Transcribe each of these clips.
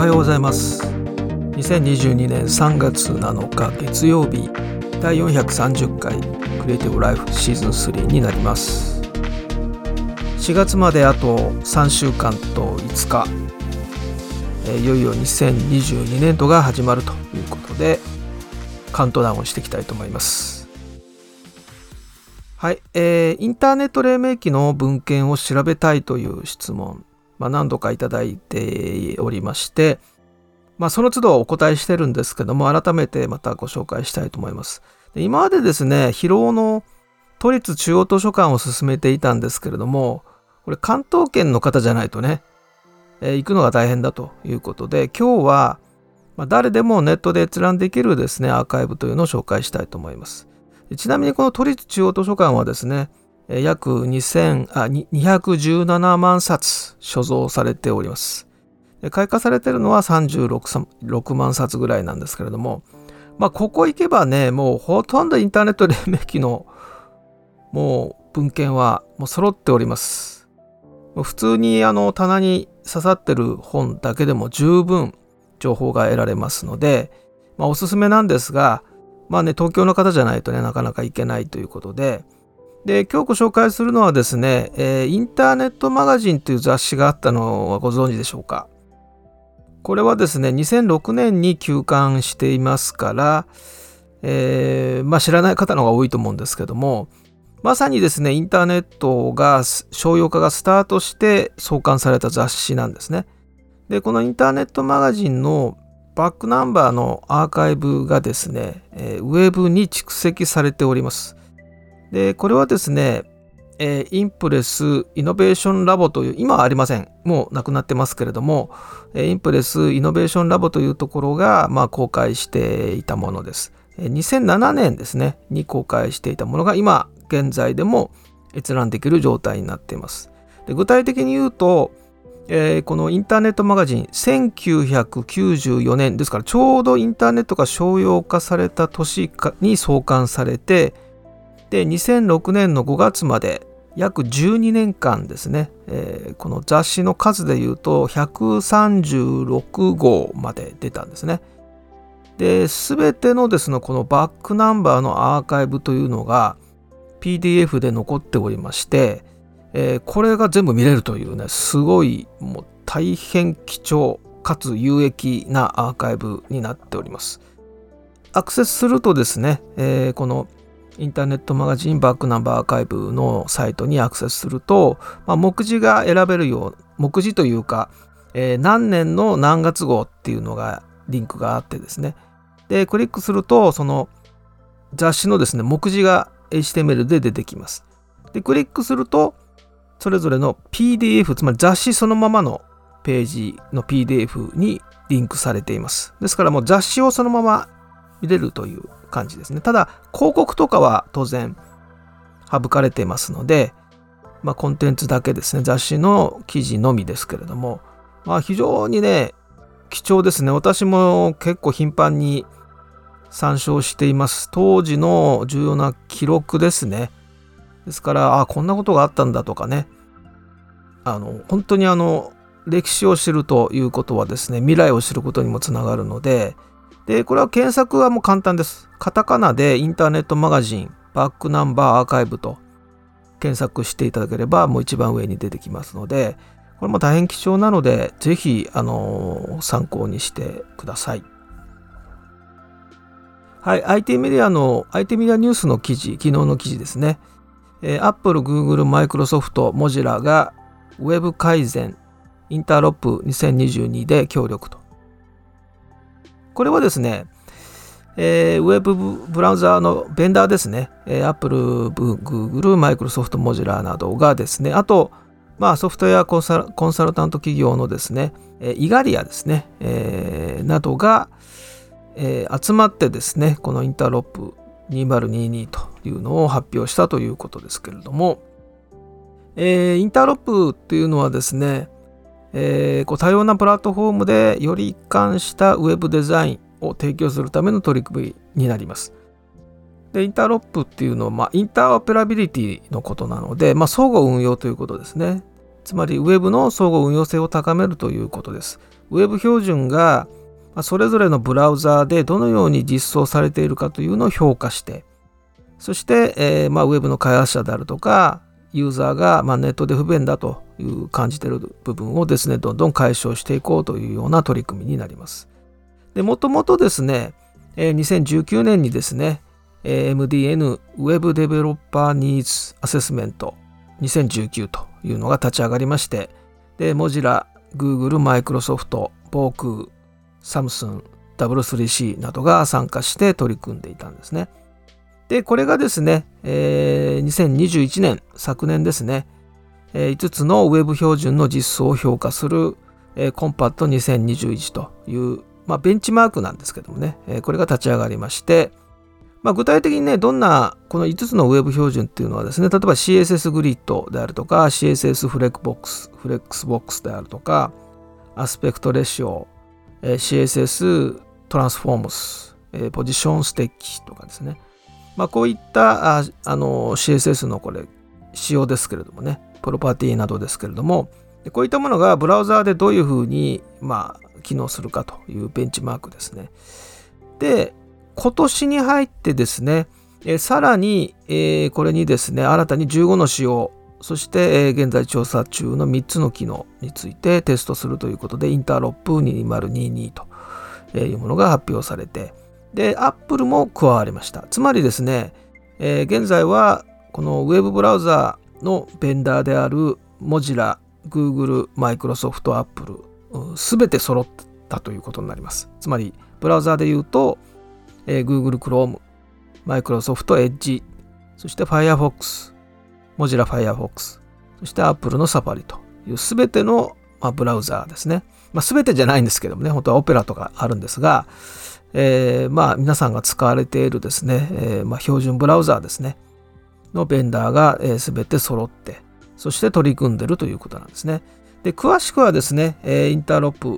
はようございます。2022年3月7日月曜日、第430回クリエイティブライフシーズン3になります。4月まであと3週間と5日、いよいよ2022年度が始まるということでカウントダウンをしていきたいと思います。はい、インターネット黎明期の文献を調べたいという質問、何度かいただいておりまして、その都度お答えしてるんですけども、改めてまたご紹介したいと思います。で、今までですね、広尾の都立中央図書館を進めていたんですけれども、これ関東圏の方じゃないとね、行くのが大変だということで、今日は誰でもネットで閲覧できるですね、アーカイブというのを紹介したいと思います。ちなみにこの都立中央図書館はですね、約217万冊所蔵されております。開花されているのは36万冊ぐらいなんですけれども、ここ行けばね、もうほとんどインターネット黎明期のもう文献はもう揃っております。普通に棚に刺さってる本だけでも十分情報が得られますので、おすすめなんですが、東京の方じゃないとね、なかなか行けないということで、今日ご紹介するのはですね、インターネットマガジンという雑誌があったのはご存知でしょうか。これはですね、2006年に休刊していますから、知らない方の方が多いと思うんですけども、まさにですね、インターネットが商用化がスタートして創刊された雑誌なんですね。で、このインターネットマガジンのバックナンバーのアーカイブがですね、ウェブに蓄積されております。で、これはですね、インプレスイノベーションラボという、今はありません。もうなくなってますけれども、インプレスイノベーションラボというところが、公開していたものです。2007年ですね、に公開していたものが今現在でも閲覧できる状態になっています。で、具体的に言うと、このインターネットマガジン1994年ですから、ちょうどインターネットが商用化された年に創刊されて、で2006年の5月まで約12年間ですね、この雑誌の数でいうと136号まで出たんですね。で、全てのですね、このバックナンバーのアーカイブというのが PDF で残っておりまして、これが全部見れるというね、すごいもう大変貴重かつ有益なアーカイブになっております。アクセスするとですね、このインターネットマガジンバックナンバーアーカイブのサイトにアクセスすると、目次が選べるよう、目次というか、何年の何月号っていうのがリンクがあってですね、でクリックするとその雑誌のですね、目次が HTML で出てきます。でクリックするとそれぞれの PDF、 つまり雑誌そのままのページの PDF にリンクされています。ですからもう雑誌をそのまま見れるという感じですね。ただ広告とかは当然省かれていますので、コンテンツだけですね、雑誌の記事のみですけれども、非常にね、貴重ですね。私も結構頻繁に参照しています。当時の重要な記録ですね。ですからこんなことがあったんだとかね、本当に歴史を知るということはですね、未来を知ることにもつながるので、これは検索はもう簡単です。カタカナでインターネットマガジンバックナンバーアーカイブと検索していただければもう一番上に出てきますので、これも大変貴重なのでぜひ参考にしてください。はい、IT メディアニュースの記事、昨日の記事ですね。Apple、Google、Microsoft、Mozilla がウェブ改善インターロップ2022で協力と。これはですね、ウェブブラウザーのベンダーですね、Apple、Google、Microsoft、Mozilla などがですね、あと、ソフトウェアコンサルタント企業のですね、イガリアですね、などが、集まってですね、このインターロップ2022というのを発表したということですけれども、インターロップっていうのはですね、多様なプラットフォームでより一貫したウェブデザインを提供するための取り組みになります。で、インターロップっていうのは、インターオペラビリティのことなので、相互運用ということですね。 つまりウェブの相互運用性を高めるということです。ウェブ標準がそれぞれのブラウザーでどのように実装されているかというのを評価して、そして、ウェブの開発者であるとかユーザーが、ネットで不便だという感じている部分をですね、どんどん解消していこうというような取り組みになります。で、もともとですね、2019年にですね、MDN Web Developer Needs Assessment 2019というのが立ち上がりまして、で、Mozilla、Google、Microsoft、防空、Samsung、W3C などが参加して取り組んでいたんですね。で、これがですね、2021年、昨年ですね、5つのウェブ標準の実装を評価する、コンパット2021という、ベンチマークなんですけどもね、これが立ち上がりまして、具体的にね、どんなこの5つのウェブ標準っていうのはですね、例えば CSS グリッドであるとか、CSS フレックスボックスであるとか、アスペクトレシオ、CSS トランスフォームス、ポジションステッキとかですね、こういったCSS のこれ仕様ですけれどもね、プロパティなどですけれども、こういったものがブラウザーでどういうふうに機能するかというベンチマークですね。で、今年に入ってですね、さらに、これにですね、新たに15の仕様、そして、現在調査中の3つの機能についてテストするということで、インターロップ2022というものが発表されて、で、Apple も加わりました。つまりですね、現在はこのウェブブラウザーのベンダーである Mozilla、Google、Microsoft、Apple、すべて揃ったということになります。つまり、ブラウザーで言うと、Google Chrome、Microsoft Edge、そして Firefox、Mozilla Firefox、そして Apple の Safari というすべての、ブラウザーですね。すべてじゃないんですけどもね、本当は Opera とかあるんですが、皆さんが使われているですね、標準ブラウザーですね、のベンダーがすべて揃って、そして取り組んでいるということなんですね。で、詳しくはですね、インターロップ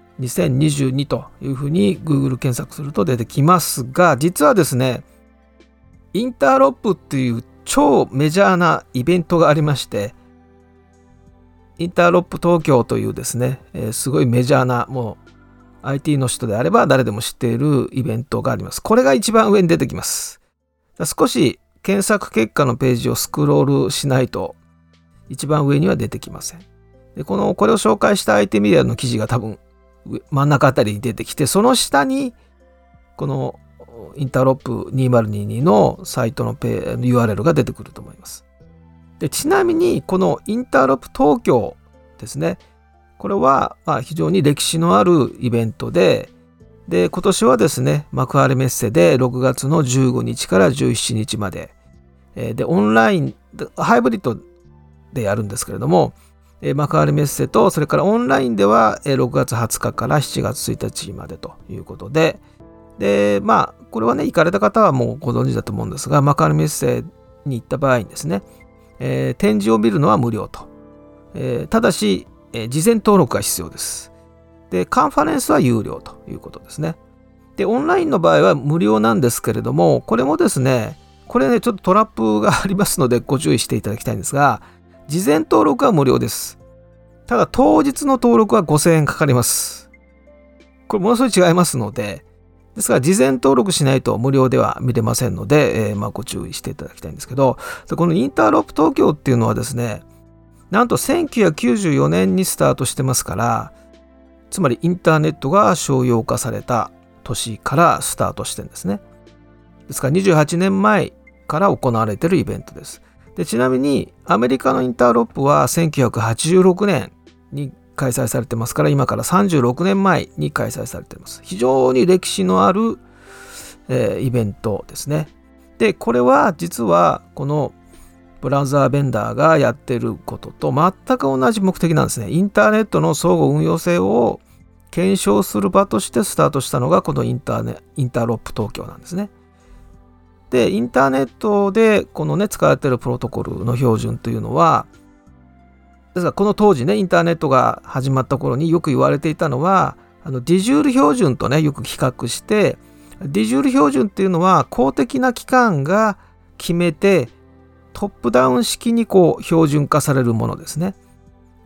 2022というふうに Google 検索すると出てきますが、実はですね、インターロップっていう超メジャーなイベントがありまして、インターロップ東京というですね、すごいメジャーな、もう IT の人であれば誰でも知っているイベントがあります。これが一番上に出てきます。少し検索結果のページをスクロールしないと一番上には出てきません。で、これを紹介した IT メディアの記事が多分真ん中あたりに出てきて、その下にこのインターロップ2022のサイトのURL が出てくると思います。で、ちなみにこのインターロップ東京ですね、これは非常に歴史のあるイベントで、今年はですね、幕張メッセで6月の15日から17日まで、で、オンライン、ハイブリッドでやるんですけれども、幕張メッセと、それからオンラインでは6月20日から7月1日までということで、で、これはね、行かれた方はもうご存知だと思うんですが、幕張メッセに行った場合にですね、展示を見るのは無料と。ただし、事前登録が必要です。で、カンファレンスは有料ということですね。で、オンラインの場合は無料なんですけれども、これもですね、ちょっとトラップがありますのでご注意していただきたいんですが、事前登録は無料です。ただ、当日の登録は5000円かかります。これものすごい違いますので、ですから事前登録しないと無料では見れませんので、ご注意していただきたいんですけど、このインターロップ東京っていうのはですね、なんと1994年にスタートしてますから、つまりインターネットが商用化された年からスタートしてるんですね。ですから28年前から行われているイベントです。で、ちなみにアメリカのインターロップは1986年に開催されてますから、今から36年前に開催されています。非常に歴史のある、イベントですね。で、これは実はこのブラウザーベンダーがやってることと全く同じ目的なんですね。インターネットの相互運用性を検証する場としてスタートしたのがこのインターロップ東京なんですね。で、インターネットでこのね、使われているプロトコルの標準というのは、ですからこの当時ね、インターネットが始まった頃によく言われていたのは、ディジュール標準とね、よく比較して、ディジュール標準っていうのは公的な機関が決めてトップダウン式に標準化されるものですね。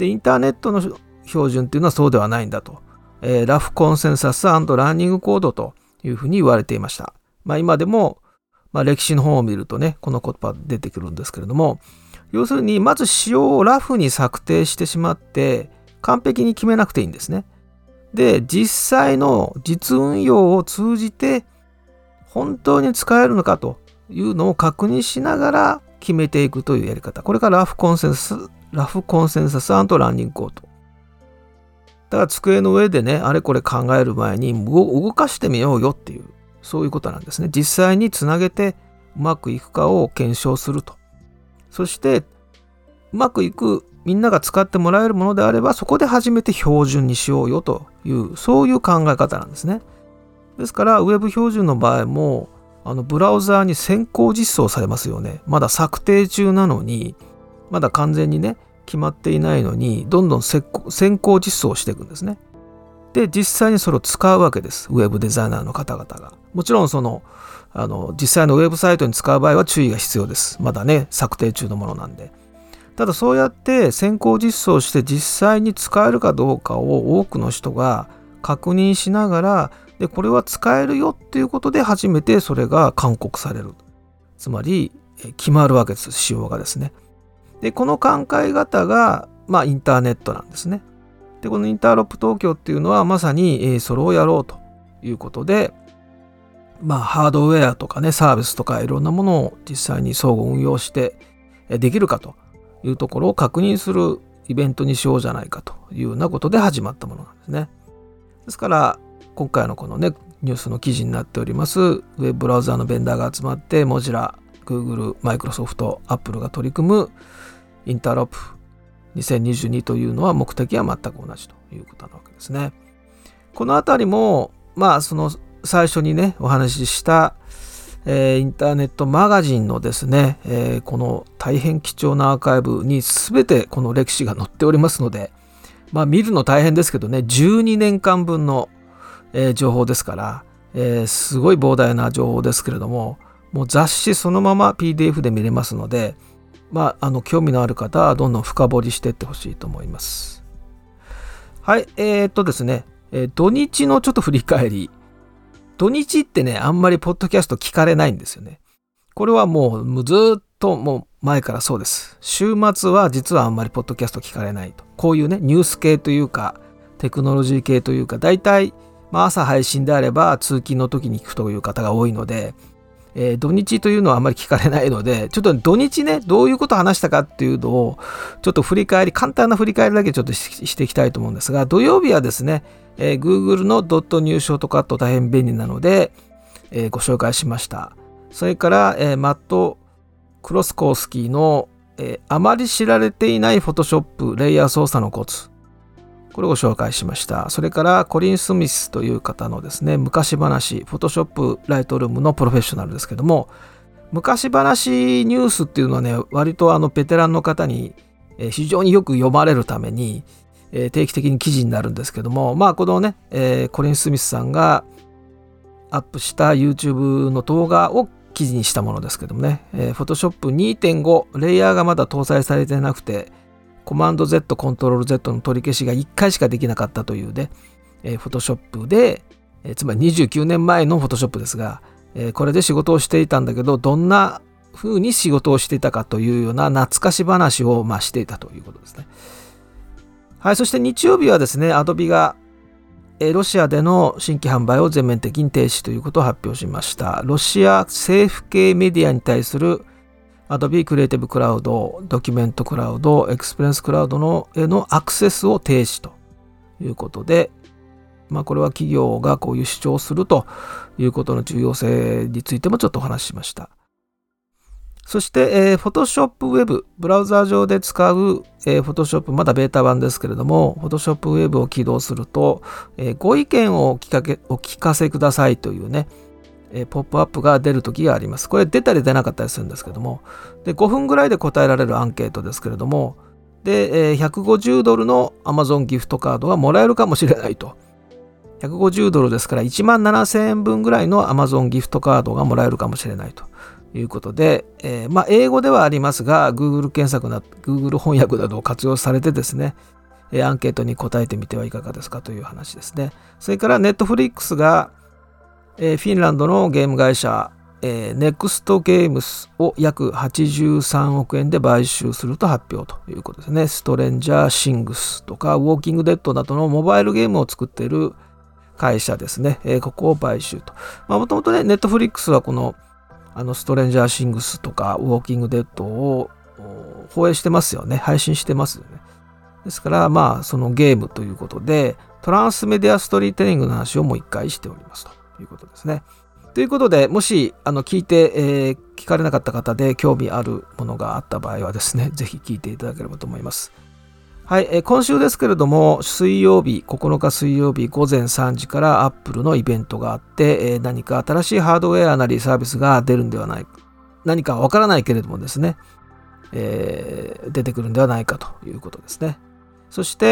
で、インターネットの標準っていうのはそうではないんだと。ラフコンセンサス&ランニングコードというふうに言われていました。今でも、歴史の本を見るとね、この言葉出てくるんですけれども、要するにまず仕様をラフに策定してしまって完璧に決めなくていいんですね。で、実際の実運用を通じて本当に使えるのかというのを確認しながら決めていくというやり方。これがラフコンセンサス&ランニングコード。だから机の上でね、あれこれ考える前に動かしてみようよっていう、そういうことなんですね。実際につなげてうまくいくかを検証すると。そしてうまくいく、みんなが使ってもらえるものであれば、そこで初めて標準にしようよという、そういう考え方なんですね。ですからウェブ標準の場合もブラウザーに先行実装されますよね。まだ策定中なのに、まだ完全にね決まっていないのに、どんどん先行実装していくんですね。で、実際にそれを使うわけです。ウェブデザイナーの方々が。もちろん実際のウェブサイトに使う場合は注意が必要です。まだね策定中のものなんで。ただそうやって先行実装して実際に使えるかどうかを多くの人が確認しながら、でこれは使えるよっていうことで初めてそれが勧告される。つまり決まるわけです。仕様がですね。でこの考え方がインターネットなんですね。でこのインターロップ東京っていうのはまさにそれをやろうということで、ハードウェアとかねサービスとかいろんなものを実際に相互運用してできるかというところを確認するイベントにしようじゃないかというようなことで始まったものなんですね。ですから今回のこのねニュースの記事になっておりますウェブブラウザーのベンダーが集まってモジラ、Google、マイクロソフト、アップルが取り組むインターロップ2022というのは目的は全く同じということなわけですね。このあたりもその最初にねお話ししたインターネットマガジンのですね、この大変貴重なアーカイブに全てこの歴史が載っておりますので、見るの大変ですけどね、12年間分の、情報ですから、すごい膨大な情報ですけれども、もう雑誌そのまま PDF で見れますので、興味のある方はどんどん深掘りしていってほしいと思います。はい、ですね、土日のちょっと振り返り。土日ってね、あんまりポッドキャスト聞かれないんですよね。これはもうずっともう前からそうです。週末は実はあんまりポッドキャスト聞かれないと。こういうね、ニュース系というか、テクノロジー系というか、大体、朝配信であれば通勤の時に聞くという方が多いので、土日というのはあんまり聞かれないので、ちょっと土日ね、どういうことを話したかっていうのを、ちょっと簡単な振り返りだけちょっとしていきたいと思うんですが、土曜日はですね、Google のドットニューショートカット大変便利なので、ご紹介しました。それから、マット・クロスコースキーの、あまり知られていない Photoshop レイヤー操作のコツ。これをご紹介しました。それからコリン・スミスという方のですね、昔話、Photoshop ライトルームのプロフェッショナルですけども、昔話ニュースっていうのはね、割とベテランの方に非常によく読まれるために、定期的に記事になるんですけども、このね、コリン・スミスさんがアップした YouTube の動画を記事にしたものですけどもね、Photoshop 2.5 レイヤーがまだ搭載されてなくて、コマンド Z、コントロール Z の取り消しが1回しかできなかったというね、Photoshop で、つまり29年前の Photoshop ですが、これで仕事をしていたんだけど、どんな風に仕事をしていたかというような懐かし話をしていたということですね。はい、そして日曜日はですね、Adobe がロシアでの新規販売を全面的に停止ということを発表しました。ロシア政府系メディアに対するAdobe Creative Cloud、ドキュメントクラウド、Experience Cloud へのアクセスを停止ということで、これは企業がこういう主張をするということの重要性についてもちょっとお話ししました。そして、Photoshop Web、ブラウザー上で使う、Photoshop、まだベータ版ですけれども、Photoshop Web を起動すると、ご意見をお聞かせくださいというね、ポップアップが出るときがあります。これ出たり出なかったりするんですけども、で5分ぐらいで答えられるアンケートですけれども、で、$150の Amazon ギフトカードがもらえるかもしれないと。$150ですから17,000円分ぐらいの Amazon ギフトカードがもらえるかもしれないということで、英語ではありますが Google 検索Google 翻訳などを活用されてですね、アンケートに答えてみてはいかがですかという話ですね。それから Netflix が、フィンランドのゲーム会社Next Games を約83億円で買収すると発表ということですね。ストレンジャーシングスとかウォーキングデッドなどのモバイルゲームを作っている会社ですね。ここを買収と。もともとね、Netflix はこのストレンジャーシングスとかウォーキングデッドを放映してますよね。配信してますよね。ですからそのゲームということでトランスメディアストーリーテリングの話をもう一回しておりますということですね。ということで、もし聞いて、聞かれなかった方で興味あるものがあった場合はですね、ぜひ聞いていただければと思います。はい、今週ですけれども、9日水曜日午前3時からアップルのイベントがあって、何か新しいハードウェアなりサービスが出るんではないか、何かわからないけれどもですね、出てくるんではないかということですね。そして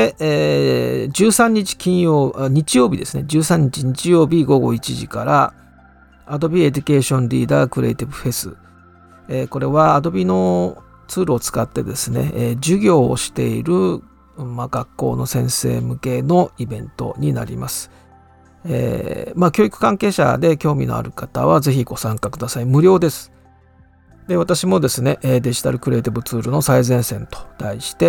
、13日日曜日ですね、13日日曜日午後1時から、Adobe Education Reader Creative Fest、これは Adobe のツールを使ってですね、授業をしている、学校の先生向けのイベントになります。教育関係者で興味のある方はぜひご参加ください。無料です。で、私もですね、デジタルクリエイティブツールの最前線と題して、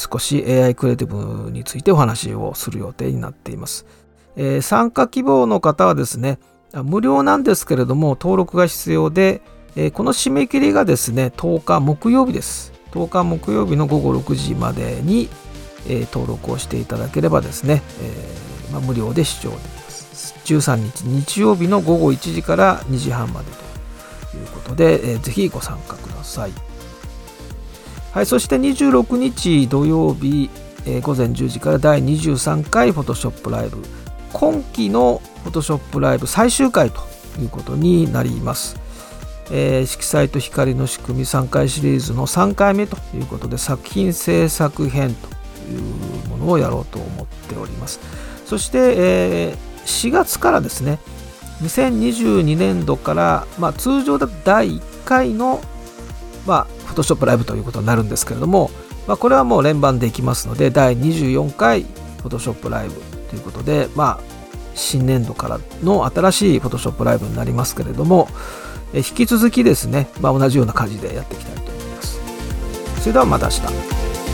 少し AI クリエイティブについてお話をする予定になっています。参加希望の方はですね、無料なんですけれども登録が必要で、この締め切りがですね10日木曜日です。10日木曜日の午後6時までに、登録をしていただければですね、無料で視聴できます。13日日曜日の午後1時から2時半までということで、ぜひご参加ください。はい、そして26日土曜日、午前10時から第23回フォトショップライブ、今期のフォトショップライブ最終回ということになります。色彩と光の仕組み3回シリーズの3回目ということで作品制作編というものをやろうと思っております。そして、4月からですね2022年度から、通常だと第1回の、フォトショップライブということになるんですけれども、これはもう連番できますので第24回フォトショップライブということで、新年度からの新しいフォトショップライブになりますけれども、引き続きですね、同じような感じでやっていきたいと思います。それではまた明日。